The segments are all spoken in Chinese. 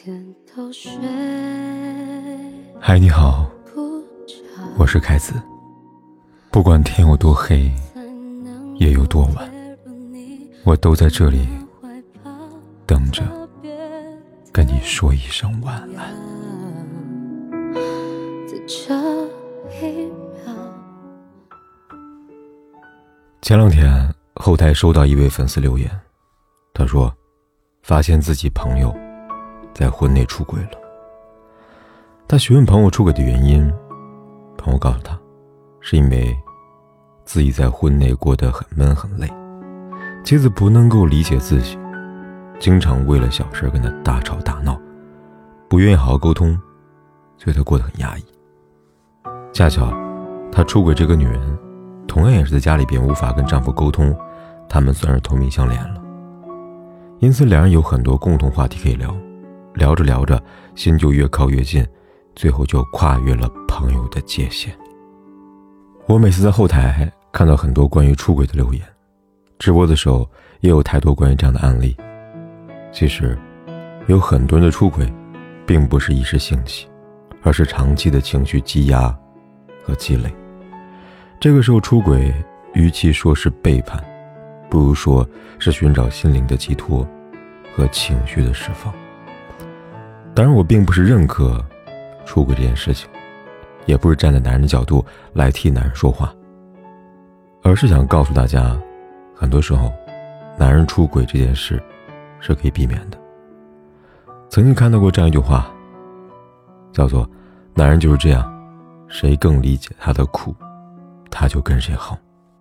嗨，你好，我是凯子。不管天有多黑，夜有多晚，我都在这里等着跟你说一声晚安。前两天后台收到一位粉丝留言，他说发现自己朋友在婚内出轨了。他询问朋友出轨的原因，朋友告诉他，是因为自己在婚内过得很闷很累，妻子不能够理解自己，经常为了小事跟他大吵大闹，不愿意好好沟通，所以他过得很压抑。恰巧他出轨这个女人同样也是在家里边无法跟丈夫沟通，他们算是同病相怜了。因此两人有很多共同话题可以聊，聊着聊着心就越靠越近，最后就跨越了朋友的界限。我每次在后台看到很多关于出轨的留言，直播的时候也有太多关于这样的案例。其实有很多人的出轨并不是一时兴起，而是长期的情绪积压和积累。这个时候出轨与其说是背叛，不如说是寻找心灵的寄托和情绪的释放。当然我并不是认可出轨这件事情，也不是站在男人的角度来替男人说话，而是想告诉大家，很多时候男人出轨这件事是可以避免的。曾经看到过这样一句话，叫做男人就是这样，谁更理解他的苦，他就跟谁好。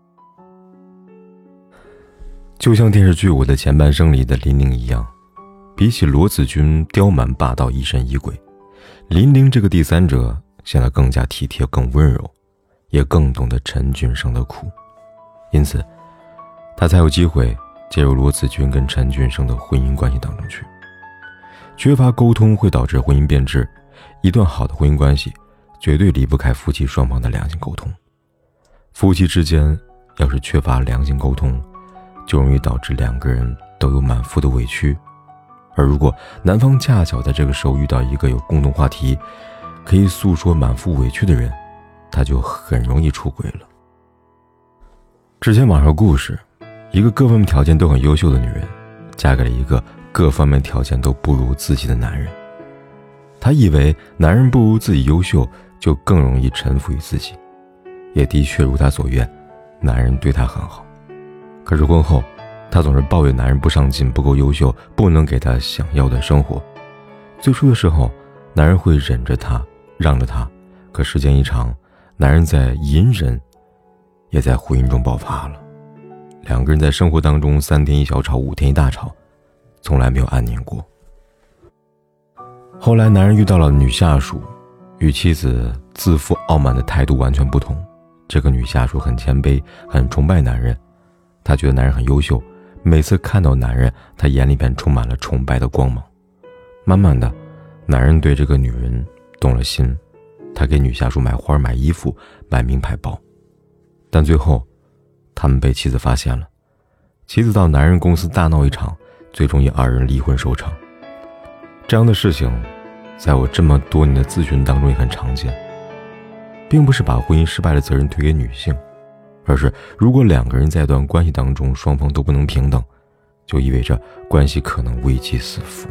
就像电视剧《我的前半生》里的林玲一样，比起罗子君刁蛮霸道疑神疑鬼，林玲这个第三者显得更加体贴更温柔，也更懂得陈俊生的苦，因此他才有机会介入罗子君跟陈俊生的婚姻关系当中去。缺乏沟通会导致婚姻变质，一段好的婚姻关系绝对离不开夫妻双方的良性沟通。夫妻之间要是缺乏良性沟通，就容易导致两个人都有满腹的委屈，而如果男方恰巧在这个时候遇到一个有共同话题可以诉说满腹委屈的人，他就很容易出轨了。之前网上故事，一个各方面条件都很优秀的女人嫁给了一个各方面条件都不如自己的男人。她以为男人不如自己优秀，就更容易臣服于自己，也的确如她所愿，男人对她很好。可是婚后她总是抱怨男人不上进，不够优秀，不能给她想要的生活。最初的时候男人会忍着她，让着她，可时间一长，男人在隐忍也在婚姻中爆发了。两个人在生活当中3天一小吵5天一大吵，从来没有安宁过。后来男人遇到了女下属，与妻子自负傲慢的态度完全不同。这个女下属很谦卑，很崇拜男人，她觉得男人很优秀，每次看到男人，她眼里边充满了崇拜的光芒。慢慢的，男人对这个女人动了心，他给女下属买花买衣服买名牌包，但最后他们被妻子发现了，妻子到男人公司大闹一场，最终以2人离婚收场。这样的事情在我这么多年的咨询当中也很常见，并不是把婚姻失败的责任推给女性，而是如果两个人在一段关系当中双方都不能平等，就意味着关系可能危机四伏。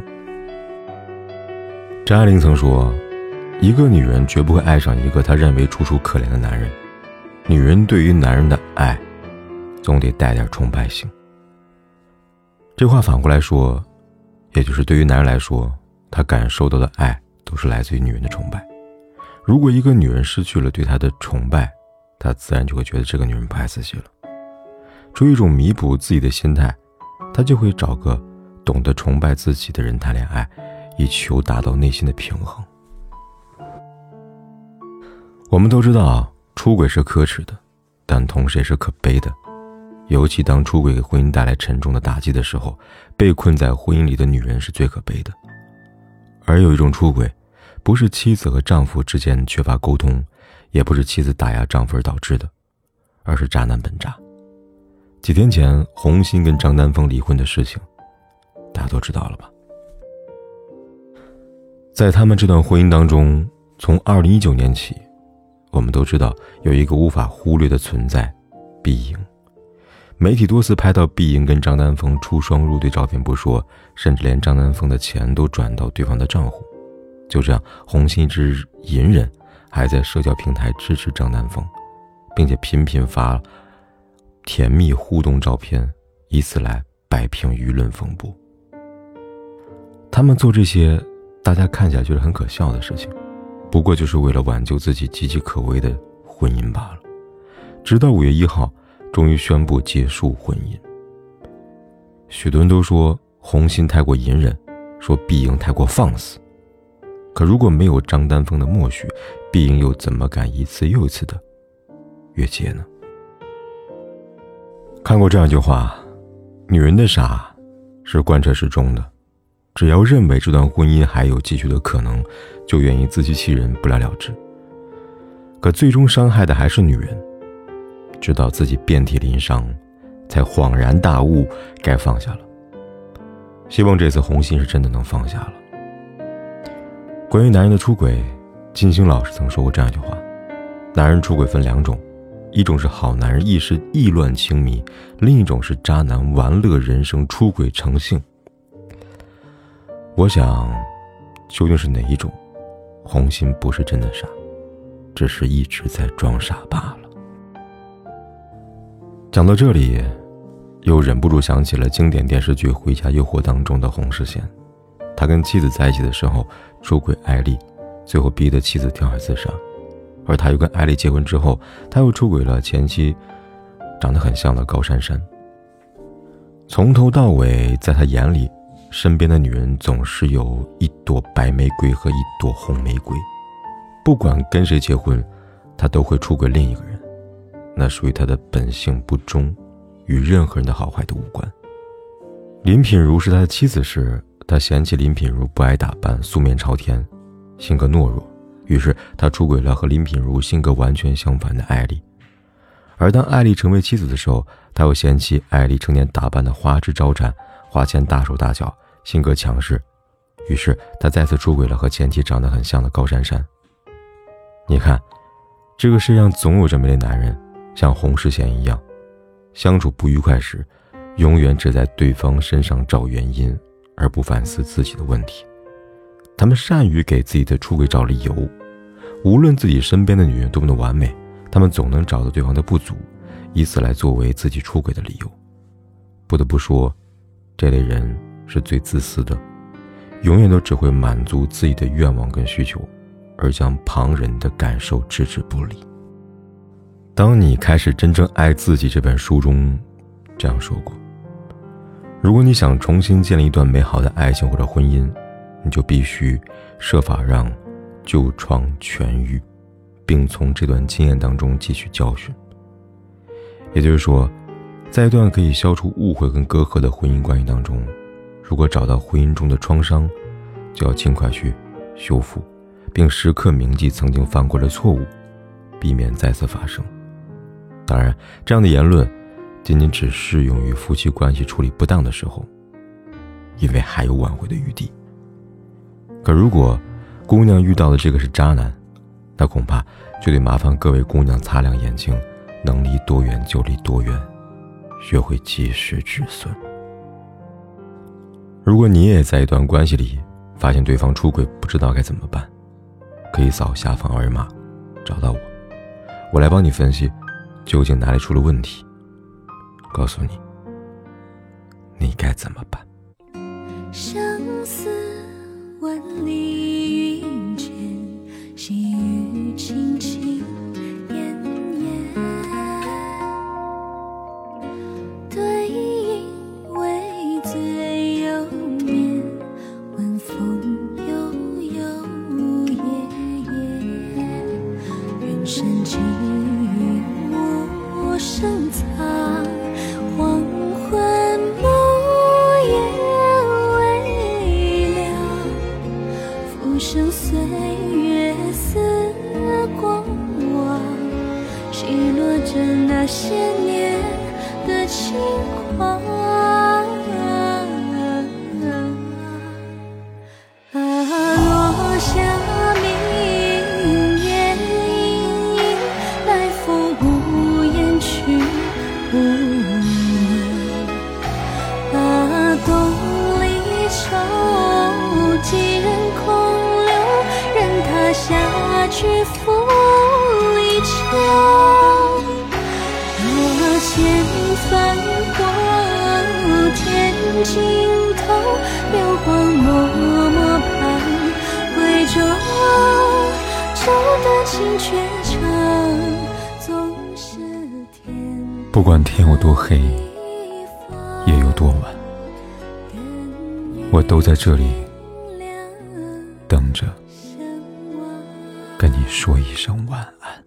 张爱玲曾说，一个女人绝不会爱上一个她认为楚楚可怜的男人，女人对于男人的爱总得带点崇拜性。这话反过来说，也就是对于男人来说，他感受到的爱都是来自于女人的崇拜。如果一个女人失去了对他的崇拜，他自然就会觉得这个女人不爱自己了。出于一种弥补自己的心态，他就会找个懂得崇拜自己的人谈恋爱，以求达到内心的平衡。我们都知道出轨是可耻的，但同时也是可悲的。尤其当出轨给婚姻带来沉重的打击的时候，被困在婚姻里的女人是最可悲的。而有一种出轨，不是妻子和丈夫之间缺乏沟通，也不是妻子打压丈夫而导致的，而是渣男本渣。几天前洪欣跟张丹峰离婚的事情大家都知道了吧。 在他们这段婚姻当中，从2019年起，我们都知道有一个无法忽略的存在，碧莹。媒体多次拍到碧莹跟张丹峰出双入对照片不说，甚至连张丹峰的钱都转到对方的账户。就这样，红杏之隐忍还在社交平台支持张丹峰，并且频频发甜蜜互动照片，以此来摆平舆论风波。他们做这些大家看起来觉得很可笑的事情，不过就是为了挽救自己岌岌可危的婚姻罢了。直到5月1号终于宣布结束婚姻。许多人都说红杏太过隐忍，说碧莹太过放肆。可如果没有张丹峰的默许，碧莹又怎么敢一次又一次的越界呢？看过这样一句话，女人的傻是贯彻始终的，只要认为这段婚姻还有继续的可能，就愿意自欺欺人，不了了之。可最终伤害的还是女人，直到自己遍体鳞伤，才恍然大悟，该放下了。希望这次红杏是真的能放下了。关于男人的出轨，金星老师曾说过这样一句话：男人出轨分2种，一种是好男人一时意乱情迷，另一种是渣男玩乐人生，出轨成性。我想究竟是哪一种，红杏不是真的傻，只是一直在装傻罢了。讲到这里，又忍不住想起了经典电视剧《回家诱惑》当中的洪世贤。他跟妻子在一起的时候出轨艾丽，最后逼得妻子跳海自杀。而他又跟艾丽结婚之后，他又出轨了前妻长得很像的高珊珊。从头到尾，在他眼里，身边的女人总是有一朵白玫瑰和一朵红玫瑰，不管跟谁结婚，他都会出轨另一个人，那属于他的本性不忠，与任何人的好坏都无关。林品如是他的妻子时，他嫌弃林品如不爱打扮，素面朝天，性格懦弱，于是他出轨了和林品如性格完全相反的艾丽。而当艾丽成为妻子的时候，他又嫌弃艾丽成天打扮的花枝招展，花钱大手大脚，性格强势，于是他再次出轨了和前妻长得很像的高珊珊。你看，这个世界上总有这么一类男人，像洪世贤一样，相处不愉快时，永远只在对方身上找原因，而不反思自己的问题。他们善于给自己的出轨找理由，无论自己身边的女人多么的完美，他们总能找到对方的不足，以此来作为自己出轨的理由。不得不说，这类人是最自私的，永远都只会满足自己的愿望跟需求，而将旁人的感受置之不理。当你开始真正爱自己这本书中这样说过，如果你想重新建立一段美好的爱情或者婚姻，你就必须设法让旧创痊愈，并从这段经验当中汲取教训。也就是说，在一段可以消除误会跟隔阂的婚姻关系当中，如果找到婚姻中的创伤，就要尽快去修复，并时刻铭记曾经犯过的错误，避免再次发生。当然，这样的言论仅仅只适用于夫妻关系处理不当的时候，因为还有挽回的余地。可如果姑娘遇到的这个是渣男，那恐怕就得麻烦各位姑娘擦亮眼睛，能离多远就离多远，学会及时止损。如果你也在一段关系里发现对方出轨，不知道该怎么办，可以扫下方二维码找到我，我来帮你分析究竟哪里出了问题，告诉你你该怎么办。 相思万里云间，细雨轻轻点点，对影微醉又眠，晚风悠悠夜夜，人生际遇无声藏，黄昏暮夜微凉，浮生岁月似过往，细落着那些年的轻狂。落去赴离愁。若见繁华天尽头，流光默默盼归舟。舟的情却长，总是天。 不管天有多黑，夜有多晚，我都在这里等着，跟你说一声晚安。